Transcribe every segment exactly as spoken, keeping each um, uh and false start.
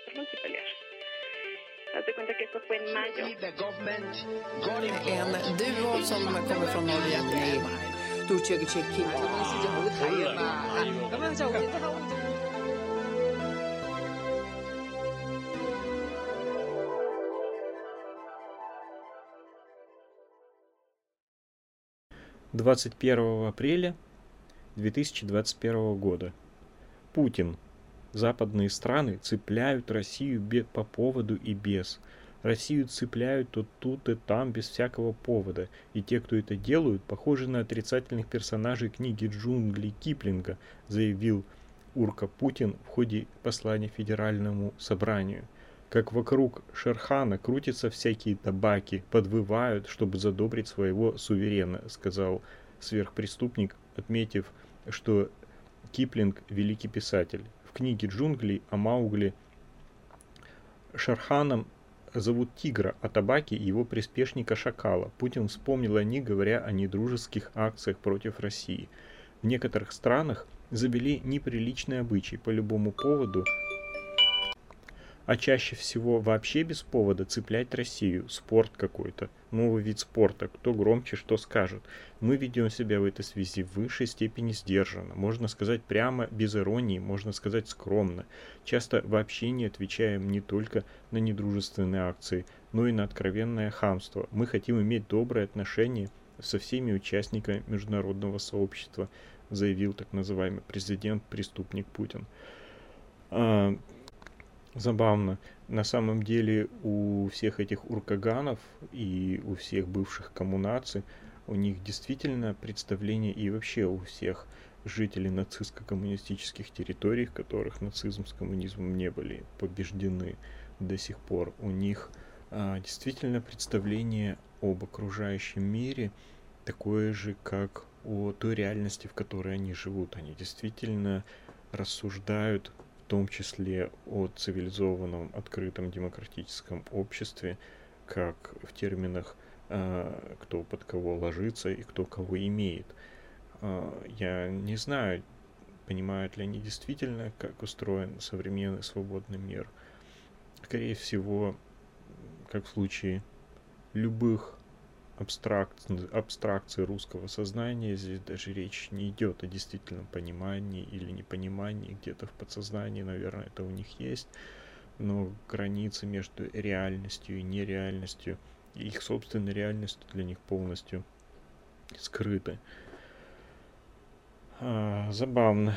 perdón, y pelear. Haz de cuenta que esto fue en mayo. En duo som kommer från Norge. двадцать первого апреля две тысячи двадцать первого года. Путин. Западные страны цепляют Россию по поводу и без. Россию цепляют то тут и там без всякого повода. И те, кто это делают, похожи на отрицательных персонажей книги «Джунгли» Киплинга, заявил Урка Путин в ходе послания Федеральному собранию. Как вокруг Шерхана крутятся всякие табаки, подвывают, чтобы задобрить своего суверена, сказал сверхпреступник, отметив, что Киплинг – великий писатель. В книге «Джунгли» о Маугли Шерханом зовут тигра, а табаки – его приспешника шакала. Путин вспомнил о них, говоря о недружеских акциях против России. В некоторых странах завели неприличные обычаи по любому поводу, а чаще всего вообще без повода цеплять Россию. Спорт какой-то, новый вид спорта, кто громче что скажет. Мы ведем себя в этой связи в высшей степени сдержанно, можно сказать прямо, без иронии, можно сказать скромно. Часто вообще не отвечаем не только на недружественные акции, но и на откровенное хамство. Мы хотим иметь добрые отношения со всеми участниками международного сообщества, заявил так называемый президент-преступник Путин. Забавно. На самом деле у всех этих уркаганов и у всех бывших коммунаций, у них действительно представление, и вообще у всех жителей нацистско-коммунистических территорий, в которых нацизм с коммунизмом не были побеждены до сих пор, у них а, действительно представление об окружающем мире такое же, как о той реальности, в которой они живут. Они действительно рассуждают в том числе о цивилизованном, открытом, демократическом обществе, как в терминах э, кто под кого ложится и кто кого имеет. Э, я не знаю, понимают ли они действительно, как устроен современный свободный мир. Скорее всего, как в случае любых абстракций, абстракций русского сознания, здесь даже речь не идет о действительном понимании или непонимании, где-то в подсознании, наверное, это у них есть, но границы между реальностью и нереальностью, и их собственной реальностью для них полностью скрыты. А, забавно.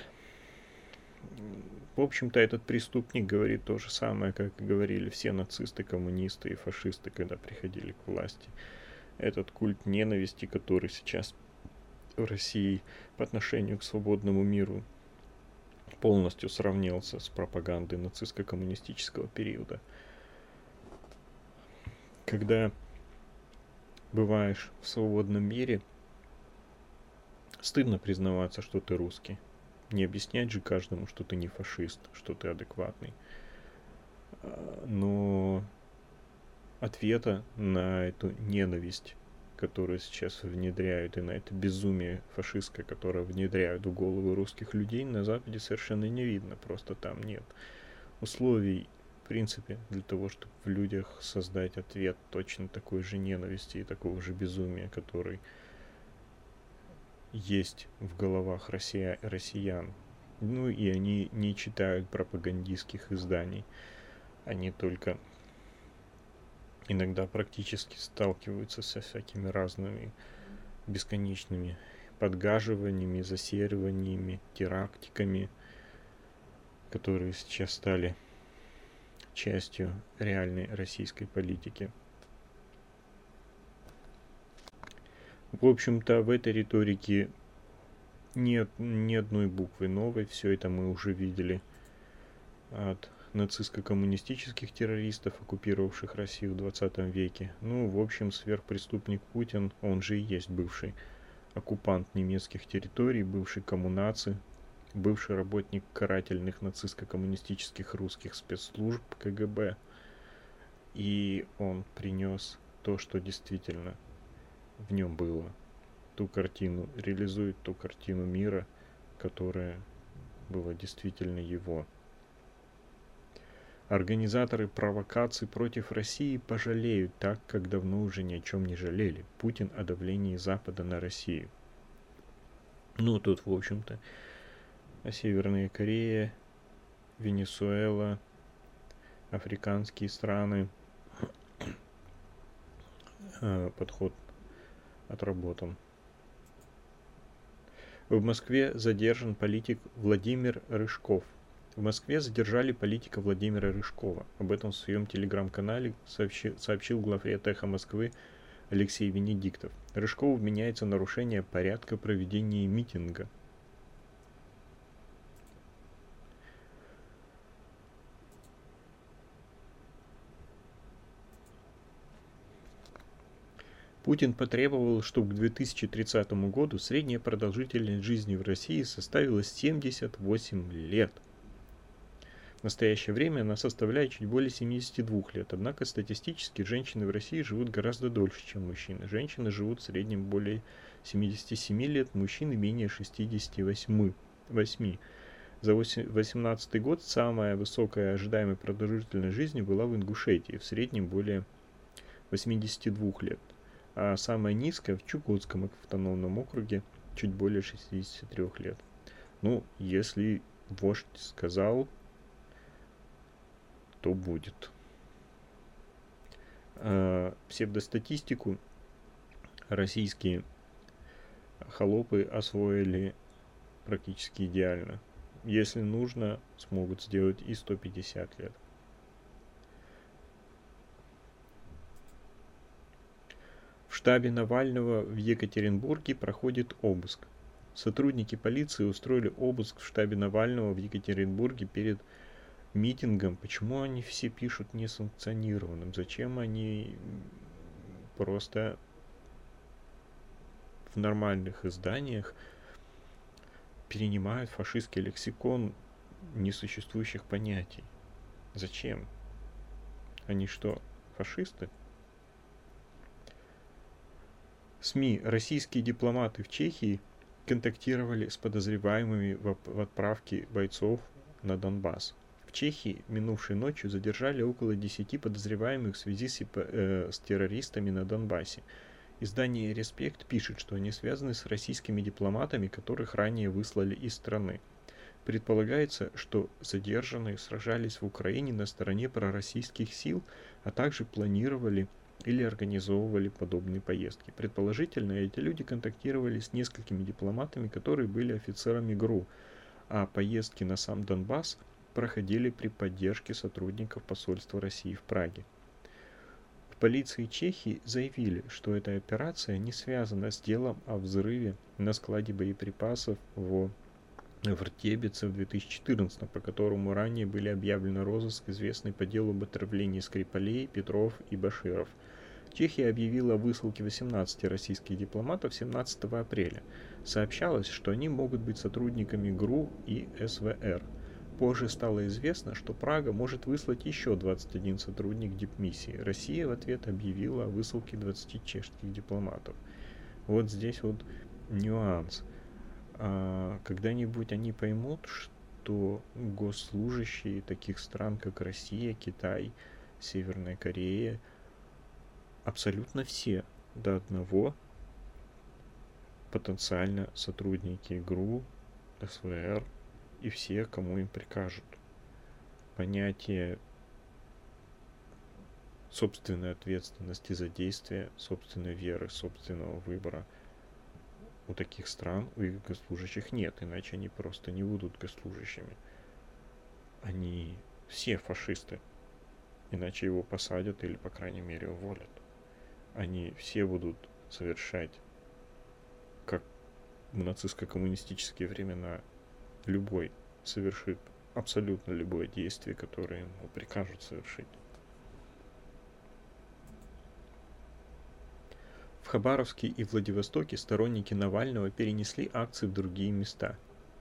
В общем-то, этот преступник говорит то же самое, как и говорили все нацисты, коммунисты и фашисты, когда приходили к власти. Этот культ ненависти, который сейчас в России по отношению к свободному миру полностью сравнялся с пропагандой нацистско-коммунистического периода. Когда бываешь в свободном мире, стыдно признаваться, что ты русский. Не объяснять же каждому, что ты не фашист, что ты адекватный. Но ответа на эту ненависть, которую сейчас внедряют, и на это безумие фашистское, которое внедряют в головы русских людей, на Западе совершенно не видно. Просто там нет условий, в принципе, для того, чтобы в людях создать ответ точно такой же ненависти и такого же безумия, который есть в головах россия, россиян. Ну и они не читают пропагандистских изданий. Они только иногда практически сталкиваются со всякими разными бесконечными подгаживаниями, засериваниями, терактиками, которые сейчас стали частью реальной российской политики. В общем-то, в этой риторике нет ни одной буквы новой, все это мы уже видели от нацистско-коммунистических террористов, оккупировавших Россию в двадцатом веке. Ну, в общем, сверхпреступник Путин, он же и есть бывший оккупант немецких территорий, бывший коммунаци, бывший работник карательных нацистско-коммунистических русских спецслужб ка гэ бэ. И он принес то, что действительно в нем было. Ту картину, реализует ту картину мира, которая была действительно его. Организаторы провокаций против России пожалеют так, как давно уже ни о чем не жалели. Путин о давлении Запада на Россию. Ну, тут, в общем-то, Северная Корея, Венесуэла, африканские страны. Подход отработан. В Москве задержан политик Владимир Рыжков. В Москве задержали политика Владимира Рыжкова. Об этом в своем телеграм-канале сообщил, сообщил главред «Эхо Москвы» Алексей Венедиктов. Рыжкову вменяется нарушение порядка проведения митинга. Путин потребовал, чтобы к две тысячи тридцатому году средняя продолжительность жизни в России составила семьдесят восемь лет. В настоящее время она составляет чуть более семидесяти двух лет, однако статистически женщины в России живут гораздо дольше, чем мужчины. Женщины живут в среднем более семидесяти семи лет, мужчины менее шестидесяти восьми. За две тысячи восемнадцатый год самая высокая ожидаемая продолжительность жизни была в Ингушетии, в среднем более восьмидесяти двух лет, а самая низкая в Чукотском автономном округе чуть более шестидесяти трёх лет. Ну, если вождь сказал, то будет. А, псевдостатистику российские холопы освоили практически идеально. Если нужно, смогут сделать и сто пятьдесят лет. В штабе Навального в Екатеринбурге проходит обыск. Сотрудники полиции устроили обыск в штабе Навального в Екатеринбурге перед митингом. Почему они все пишут несанкционированным? Зачем они просто в нормальных изданиях перенимают фашистский лексикон несуществующих понятий? Зачем? Они что, фашисты? СМИ. Российские дипломаты в Чехии контактировали с подозреваемыми в отправке бойцов на Донбасс. В Чехии минувшей ночью задержали около десяти подозреваемых в связи с, э, с террористами на Донбассе. Издание «Респект» пишет, что они связаны с российскими дипломатами, которых ранее выслали из страны. Предполагается, что задержанные сражались в Украине на стороне пророссийских сил, а также планировали или организовывали подобные поездки. Предположительно, эти люди контактировали с несколькими дипломатами, которые были офицерами ГРУ, а поездки на сам Донбасс проходили при поддержке сотрудников посольства России в Праге. В полиции Чехии заявили, что эта операция не связана с делом о взрыве на складе боеприпасов в Вртебице в две тысячи четырнадцатом, по которому ранее были объявлены розыск, известный по делу об отравлении Скрипалей, Петров и Баширов. Чехия объявила о высылке восемнадцати российских дипломатов семнадцатого апреля. Сообщалось, что они могут быть сотрудниками ГРУ и СВР. Позже стало известно, что Прага может выслать еще двадцать один сотрудник дипмиссии. Россия в ответ объявила о высылке двадцати чешских дипломатов. Вот здесь вот нюанс. А когда-нибудь они поймут, что госслужащие таких стран, как Россия, Китай, Северная Корея, абсолютно все до одного потенциально сотрудники ГРУ, СВР и все, кому им прикажут. Понятие собственной ответственности за действия, собственной веры, собственного выбора у таких стран, у их госслужащих нет, иначе они просто не будут госслужащими. Они все фашисты, иначе его посадят или, по крайней мере, уволят. Они все будут совершать, как в нацистско-коммунистические времена, любой совершит абсолютно любое действие, которое ему прикажут совершить. В Хабаровске и Владивостоке сторонники Навального перенесли акции в другие места.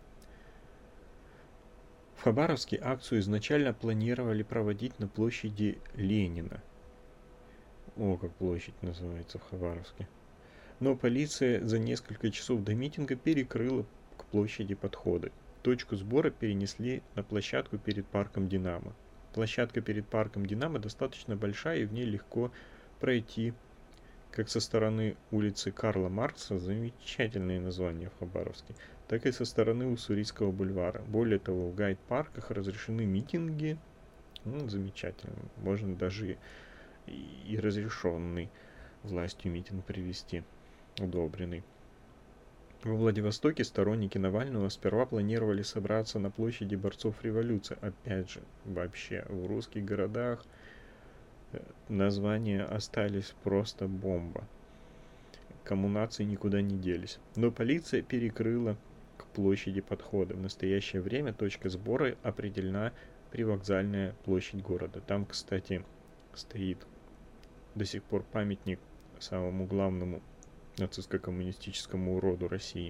В Хабаровске акцию изначально планировали проводить на площади Ленина. О, как площадь называется в Хабаровске. Но полиция за несколько часов до митинга перекрыла к площади подходы. Точку сбора перенесли на площадку перед парком «Динамо». Площадка перед парком «Динамо» достаточно большая, и в ней легко пройти как со стороны улицы Карла Маркса, замечательные названия в Хабаровске, так и со стороны Уссурийского бульвара. Более того, в гайд-парках разрешены митинги, ну, замечательно, можно даже и разрешенный властью митинг привести, удобренный. Во Владивостоке сторонники Навального сперва планировали собраться на площади борцов революции. Опять же, вообще, в русских городах названия остались просто бомба. Коммунации никуда не делись. Но полиция перекрыла к площади подходы. В настоящее время точка сбора определена привокзальная площадь города. Там, кстати, стоит до сих пор памятник самому главному нацистско-коммунистическому уроду России.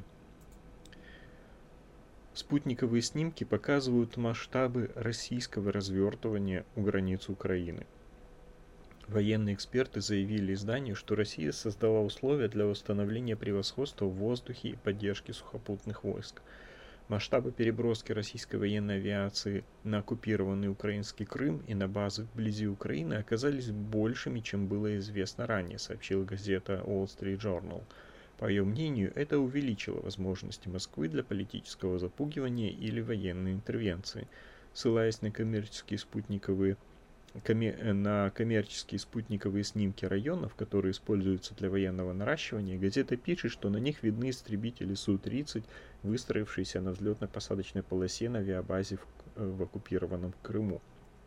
Спутниковые снимки показывают масштабы российского развертывания у границ Украины. Военные эксперты заявили изданию, что Россия создала условия для восстановления превосходства в воздухе и поддержки сухопутных войск. Масштабы переброски российской военной авиации на оккупированный украинский Крым и на базы вблизи Украины оказались большими, чем было известно ранее, сообщила газета Wall Street Journal. По ее мнению, это увеличило возможности Москвы для политического запугивания или военной интервенции. Ссылаясь на коммерческие спутниковые на коммерческие спутниковые снимки районов, которые используются для военного наращивания, газета пишет, что на них видны истребители Су тридцать, выстроившиеся на взлетно-посадочной полосе на авиабазе в, в оккупированном Крыму.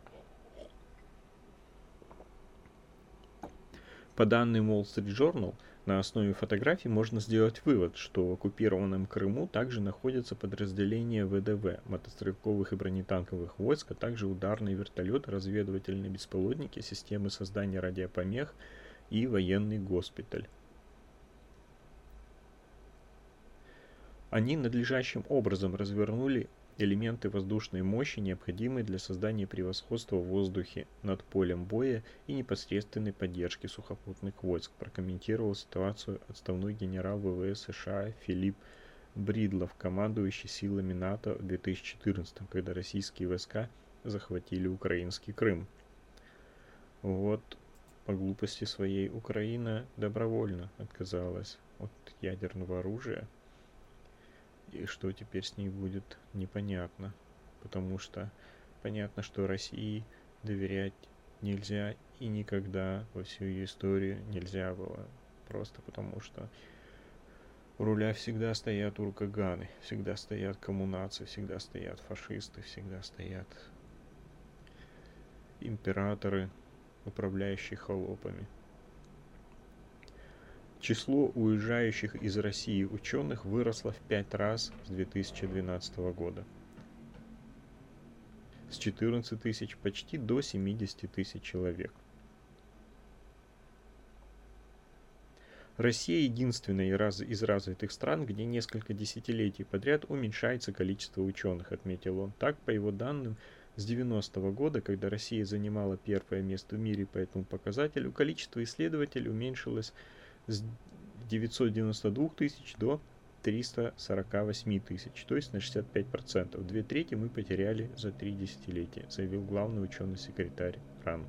По данным Wall Street Journal, на основе фотографий можно сделать вывод, что в оккупированном Крыму также находятся подразделения вэ дэ вэ, мотострелковых и бронетанковых войск, а также ударные вертолеты, разведывательные беспилотники, системы создания радиопомех и военный госпиталь. Они надлежащим образом развернули элементы воздушной мощи, необходимые для создания превосходства в воздухе над полем боя и непосредственной поддержки сухопутных войск, прокомментировал ситуацию отставной генерал вэ вэ эс США Филипп Бридлов, командующий силами НАТО в две тысячи четырнадцатом, когда российские войска захватили украинский Крым. Вот по глупости своей Украина добровольно отказалась от ядерного оружия. И что теперь с ней будет, непонятно. Потому что понятно, что России доверять нельзя и никогда во всю ее историю нельзя было. Просто потому что у руля всегда стоят уркаганы, всегда стоят коммунации, всегда стоят фашисты, всегда стоят императоры, управляющие холопами. Число уезжающих из России ученых выросло в пять раз с две тысячи двенадцатого года. С четырнадцати тысяч почти до семидесяти тысяч человек. Россия единственная из развитых стран, где несколько десятилетий подряд уменьшается количество ученых, отметил он. Так, по его данным, с девяностого года, когда Россия занимала первое место в мире по этому показателю, количество исследователей уменьшилось с девятисот девяноста двух тысяч до трёхсот сорока восьми тысяч, то есть на шестьдесят пять процентов. Две трети мы потеряли за три десятилетия, заявил главный ученый-секретарь РАН.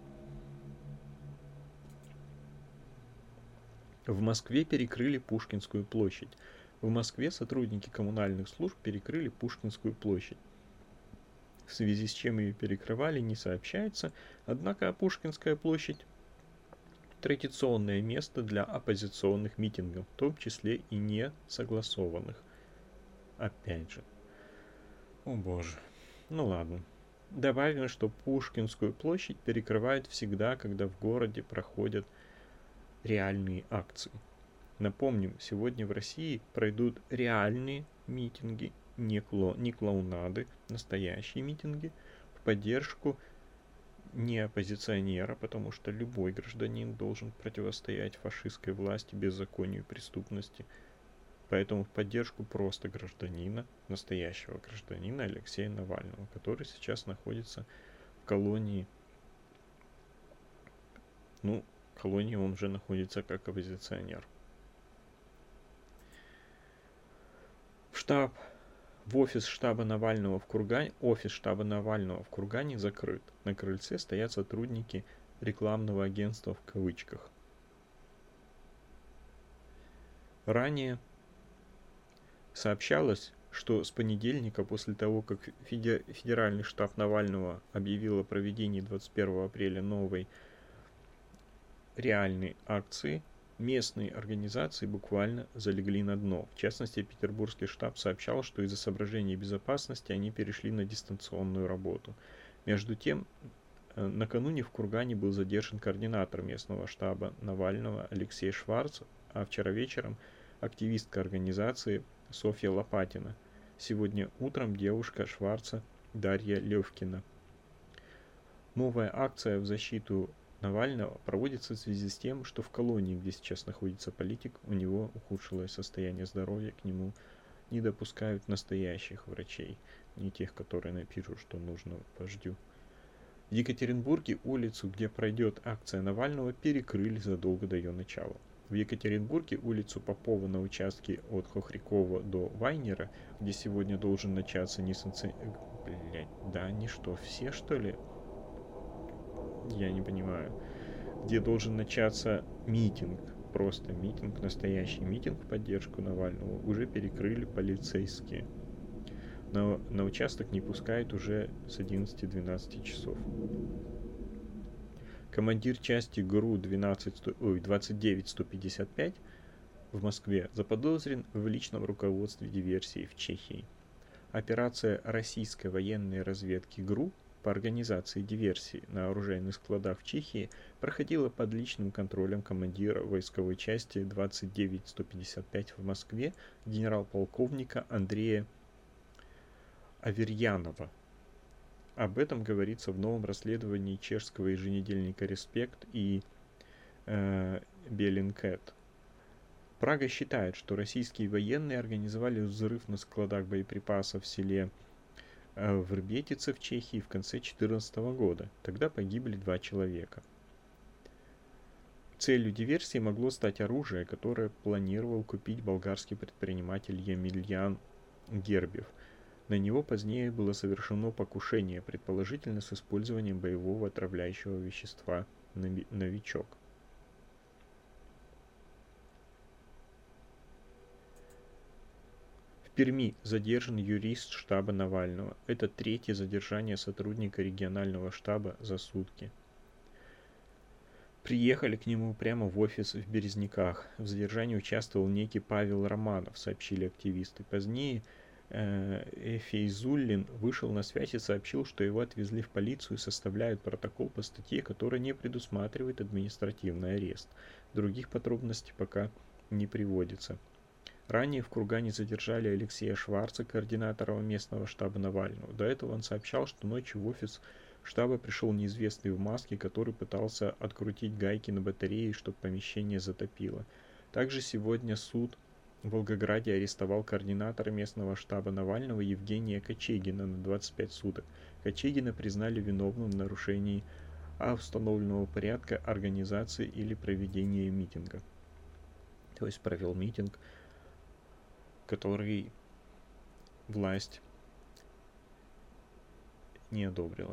В Москве перекрыли Пушкинскую площадь. В Москве сотрудники коммунальных служб перекрыли Пушкинскую площадь. В связи с чем ее перекрывали, не сообщается, однако Пушкинская площадь традиционное место для оппозиционных митингов, в том числе и не согласованных. Опять же. О боже. Ну ладно. Добавим, что Пушкинскую площадь перекрывают всегда, когда в городе проходят реальные акции. Напомним, сегодня в России пройдут реальные митинги, не, кло, не клоунады, настоящие митинги в поддержку не оппозиционера, потому что любой гражданин должен противостоять фашистской власти, беззаконию и преступности. Поэтому в поддержку просто гражданина, настоящего гражданина Алексея Навального, который сейчас находится в колонии. Ну, в колонии он уже находится как оппозиционер. В штаб В офис штаба Навального в Кургане, офис штаба Навального в Кургане закрыт. На крыльце стоят сотрудники рекламного агентства в кавычках. Ранее сообщалось, что с понедельника, после того, как федеральный штаб Навального объявил о проведении двадцать первого апреля новой реальной акции, местные организации буквально залегли на дно. В частности, петербургский штаб сообщал, что из-за соображений безопасности они перешли на дистанционную работу. Между тем, накануне в Кургане был задержан координатор местного штаба Навального Алексей Шварц, а вчера вечером активистка организации Софья Лопатина. Сегодня утром девушка Шварца Дарья Левкина. Новая акция в защиту Навального проводится в связи с тем, что в колонии, где сейчас находится политик, у него ухудшилось состояние здоровья, к нему не допускают настоящих врачей, не тех, которые напишут, что нужно вождю. В Екатеринбурге улицу, где пройдет акция Навального, перекрыли задолго до ее начала. В Екатеринбурге улицу Попова на участке от Хохрякова до Вайнера, где сегодня должен начаться несанкци... Блять, да они что, все что ли? Я не понимаю. Где должен начаться митинг, просто митинг, настоящий митинг в поддержку Навального, уже перекрыли полицейские. На, на участок не пускают уже с одиннадцати-двенадцати часов. Командир части ГРУ двадцать девять сто пятьдесят пять в Москве заподозрен в личном руководстве диверсии в Чехии. Операция российской военной разведки ГРУ по организации диверсии на оружейных складах в Чехии проходила под личным контролем командира войсковой части двадцать девять сто пятьдесят пять в Москве генерал-полковника Андрея Аверьянова. Об этом говорится в новом расследовании чешского еженедельника «Респект» и э, Беллинкет. Прага считает, что российские военные организовали взрыв на складах боеприпасов в селе Врбетице в Чехии в конце две тысячи четырнадцатого года. Тогда погибли два человека. Целью диверсии могло стать оружие, которое планировал купить болгарский предприниматель Емельян Гербев. На него позднее было совершено покушение, предположительно с использованием боевого отравляющего вещества «Новичок». В Перми задержан юрист штаба Навального. Это третье задержание сотрудника регионального штаба за сутки. Приехали к нему прямо в офис в Березниках. В задержании участвовал некий Павел Романов, сообщили активисты. Позднее Эфейзуллин вышел на связь и сообщил, что его отвезли в полицию и составляют протокол по статье, которая не предусматривает административный арест. Других подробностей пока не приводится. Ранее в Кургане задержали Алексея Шварца, координатора местного штаба Навального. До этого он сообщал, что ночью в офис штаба пришел неизвестный в маске, который пытался открутить гайки на батарее, чтобы помещение затопило. Также сегодня суд в Волгограде арестовал координатора местного штаба Навального Евгения Кочегина на двадцать пять суток. Кочегина признали виновным в нарушении установленного порядка организации или проведения митинга. То есть провел митинг, который власть не одобрила.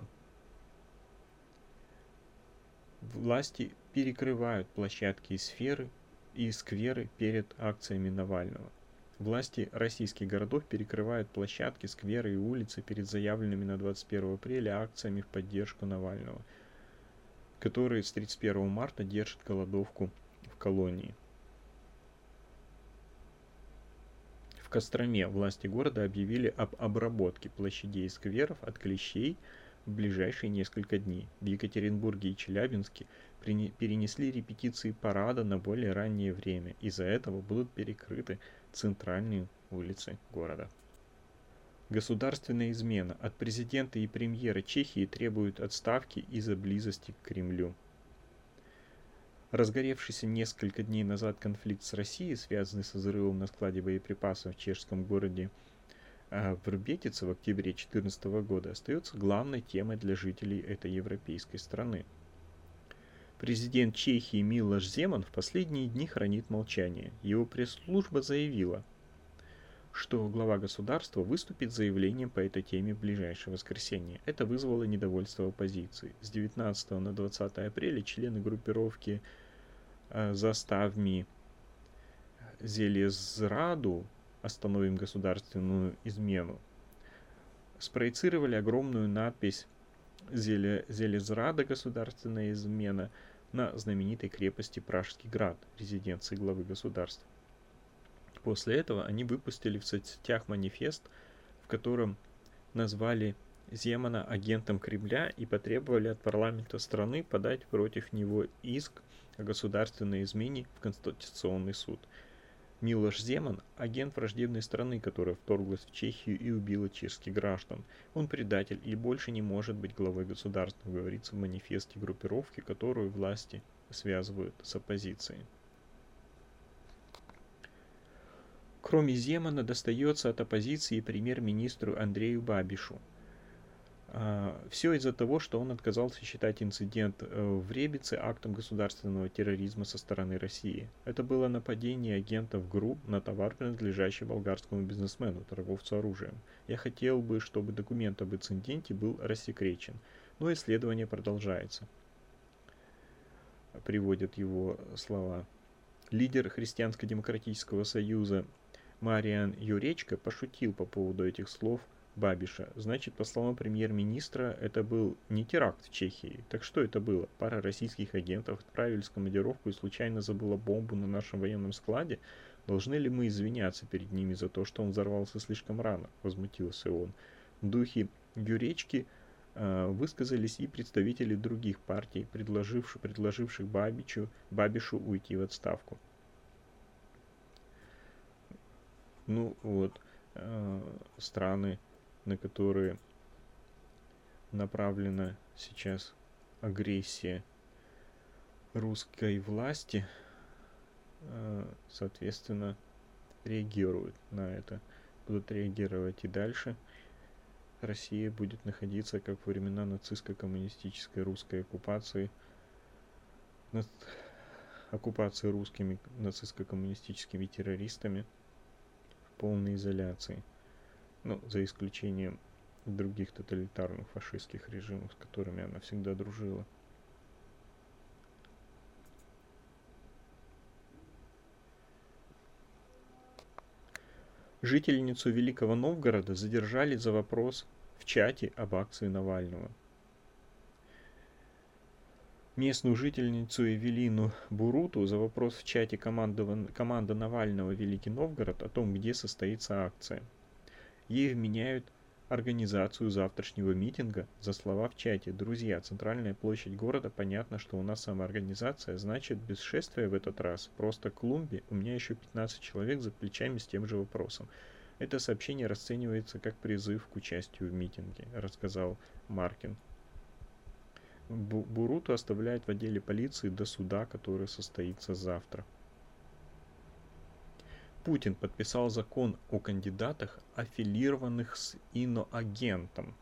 Власти перекрывают площадки и сферы и скверы перед акциями Навального. Власти российских городов перекрывают площадки, скверы и улицы перед заявленными на двадцать первого апреля акциями в поддержку Навального, которые с тридцать первого марта держат голодовку в колонии. В Костроме власти города объявили об обработке площадей и скверов от клещей в ближайшие несколько дней. В Екатеринбурге и Челябинске перенесли репетиции парада на более раннее время. Из-за этого будут перекрыты центральные улицы города. Государственная измена. От президента и премьера Чехии требуют отставки из-за близости к Кремлю. Разгоревшийся несколько дней назад конфликт с Россией, связанный с взрывом на складе боеприпасов в чешском городе Врбетице в октябре две тысячи четырнадцатого года, остается главной темой для жителей этой европейской страны. Президент Чехии Милош Земан в последние дни хранит молчание. Его пресс-служба заявила, что глава государства выступит с заявлением по этой теме в ближайшее воскресенье. Это вызвало недовольство оппозиции. С девятнадцатого на двадцатое апреля члены группировки э, «Заставми Зелезраду» «Остановим государственную измену» спроецировали огромную надпись «Зеле, Зелезрада. Государственная измена» на знаменитой крепости Пражский град, резиденции главы государства. После этого они выпустили в соцсетях манифест, в котором назвали Земана агентом Кремля и потребовали от парламента страны подать против него иск о государственной измене в Конституционный суд. Милош Земан – агент враждебной страны, которая вторглась в Чехию и убила чешских граждан. Он предатель и больше не может быть главой государства, говорится в манифесте группировки, которую власти связывают с оппозицией. Кроме Земана, достается от оппозиции премьер-министру Андрею Бабишу. Все из-за того, что он отказался считать инцидент в Ребице актом государственного терроризма со стороны России. Это было нападение агентов ГРУ на товар, принадлежащий болгарскому бизнесмену, торговцу оружием. Я хотел бы, чтобы документ об инциденте был рассекречен, но исследование продолжается. Приводят его слова. Лидер Христианско-демократического союза Мариан Юречко пошутил по поводу этих слов Бабиша. Значит, по словам премьер-министра, это был не теракт в Чехии. Так что это было? Пара российских агентов отправились в командировку и случайно забыла бомбу на нашем военном складе? Должны ли мы извиняться перед ними за то, что он взорвался слишком рано? Возмутился он. В духе Юречки э, высказались и представители других партий, предложивших, предложивших Бабичу, Бабишу уйти в отставку. Ну вот, э, страны, на которые направлена сейчас агрессия русской власти, соответственно, реагируют на это, будут реагировать и дальше. Россия будет находиться, как во времена нацистско-коммунистической русской оккупации, оккупации русскими нацистско-коммунистическими террористами, в полной изоляции. Ну, за исключением других тоталитарных фашистских режимов, с которыми она всегда дружила. Жительницу Великого Новгорода задержали за вопрос в чате об акции Навального. Местную жительницу Эвелину Буруту за вопрос в чате команды, команда Навального Великий Новгород о том, где состоится акция. Ей вменяют организацию завтрашнего митинга за слова в чате. Друзья, центральная площадь города, понятно, что у нас самоорганизация, значит, без шествия в этот раз. Просто к клумбе, у меня еще пятнадцать человек за плечами с тем же вопросом. Это сообщение расценивается как призыв к участию в митинге, рассказал Маркин. Буруту оставляют в отделе полиции до суда, который состоится завтра. Путин подписал закон о кандидатах, аффилированных с иноагентом.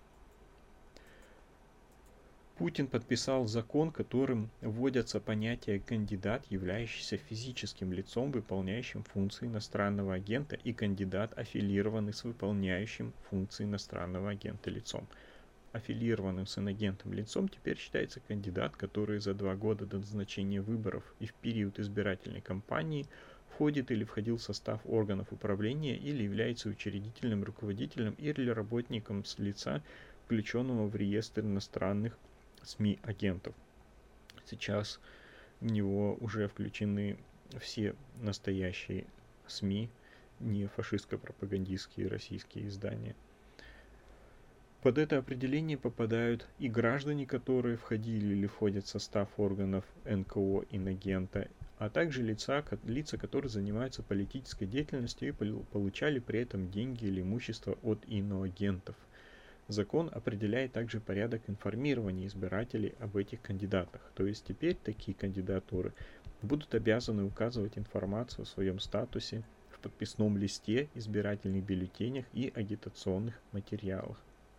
Путин подписал закон, которым вводятся понятия кандидат, являющийся физическим лицом, выполняющим функции иностранного агента, и кандидат, аффилированный с выполняющим функции иностранного агента лицом. Аффилированным с инагентом лицом теперь считается кандидат, который за два года до назначения выборов и в период избирательной кампании входит или входил в состав органов управления или является учредительным руководителем или работником с лица, включенного в реестр иностранных СМИ-агентов. Сейчас в него уже включены все настоящие СМИ, не фашистско-пропагандистские российские издания. Под это определение попадают и граждане, которые входили или входят в состав органов эн ка о инагента, а также лица, лица, которые занимаются политической деятельностью и получали при этом деньги или имущество от иноагентов. Закон определяет также порядок информирования избирателей об этих кандидатах, то есть теперь такие кандидатуры будут обязаны указывать информацию о своем статусе в подписном листе, избирательных бюллетенях и агитационных материалах.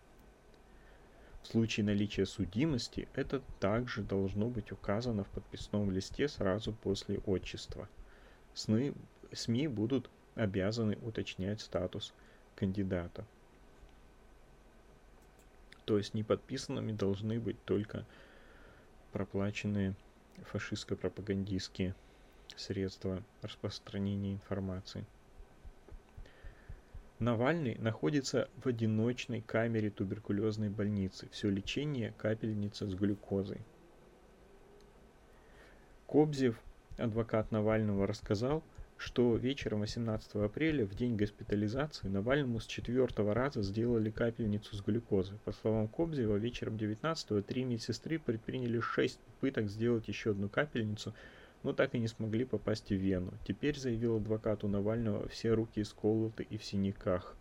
В случае наличия судимости это также должно быть указано в подписном листе сразу после отчества. СМИ будут обязаны уточнять статус кандидата. То есть неподписанными должны быть только проплаченные фашистско-пропагандистские средства распространения информации. Навальный находится в одиночной камере туберкулезной больницы. Все лечение – капельница с глюкозой. Кобзев, адвокат Навального, рассказал, что вечером восемнадцатого апреля, в день госпитализации, Навальному с четвертого раза сделали капельницу с глюкозой. По словам Кобзева, вечером девятнадцатого три медсестры предприняли шесть попыток сделать еще одну капельницу, но так и не смогли попасть в вену. Теперь, заявил адвокат у Навального, все руки исколоты и в синяках.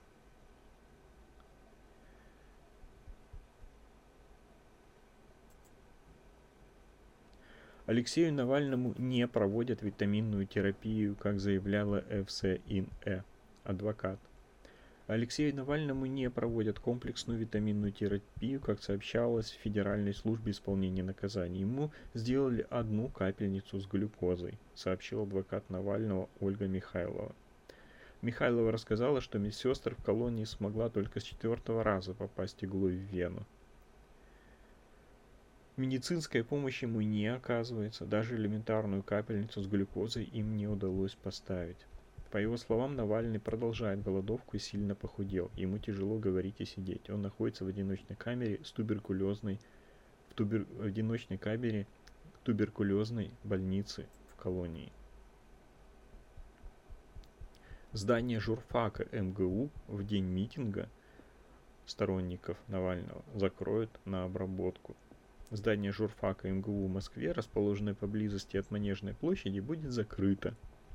Алексею Навальному не проводят витаминную терапию, как заявляла эф эс ин э, адвокат. Алексею Навальному не проводят комплексную витаминную терапию, как сообщалось в Федеральной службе исполнения наказаний. Ему сделали одну капельницу с глюкозой, сообщил адвокат Навального Ольга Михайлова. Михайлова рассказала, что медсестра в колонии смогла только с четвертого раза попасть иглой в вену. Медицинская помощь ему не оказывается, даже элементарную капельницу с глюкозой им не удалось поставить. По его словам, Навальный продолжает голодовку и сильно похудел. Ему тяжело говорить и сидеть. Он находится в одиночной камере с туберкулезной, в, тубер, в одиночной камере туберкулезной больницы в колонии. Здание журфака эм гэ у в день митинга сторонников Навального закроют на обработку. Здание журфака эм гэ у в Москве, расположенное поблизости от Манежной площади, будет закрыто.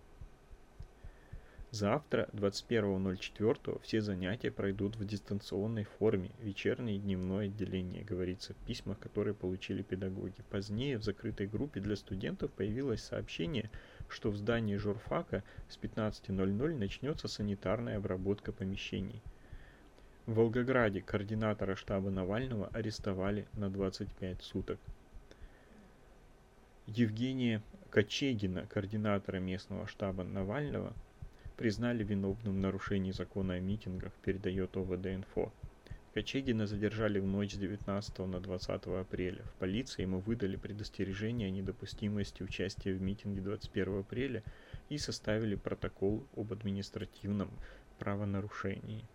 Завтра, двадцать первого ноль четвёртого, все занятия пройдут в дистанционной форме, вечернее и дневное отделение, говорится в письмах, которые получили педагоги. Позднее в закрытой группе для студентов появилось сообщение, что в здании журфака с пятнадцати ноль-ноль начнется санитарная обработка помещений. В Волгограде координатора штаба Навального арестовали на двадцать пять суток. Евгения Кочегина, координатора местного штаба Навального, признали виновным в нарушении закона о митингах, передает о вэ дэ инфо. Кочегина задержали в ночь с девятнадцатого на двадцатое апреля. В полиции ему выдали предостережение о недопустимости участия в митинге двадцать первого апреля и составили протокол об административном правонарушении.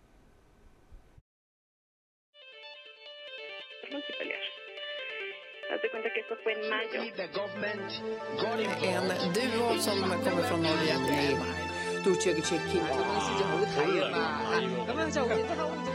En duo som kommer från Norge. 또 저기 제 키.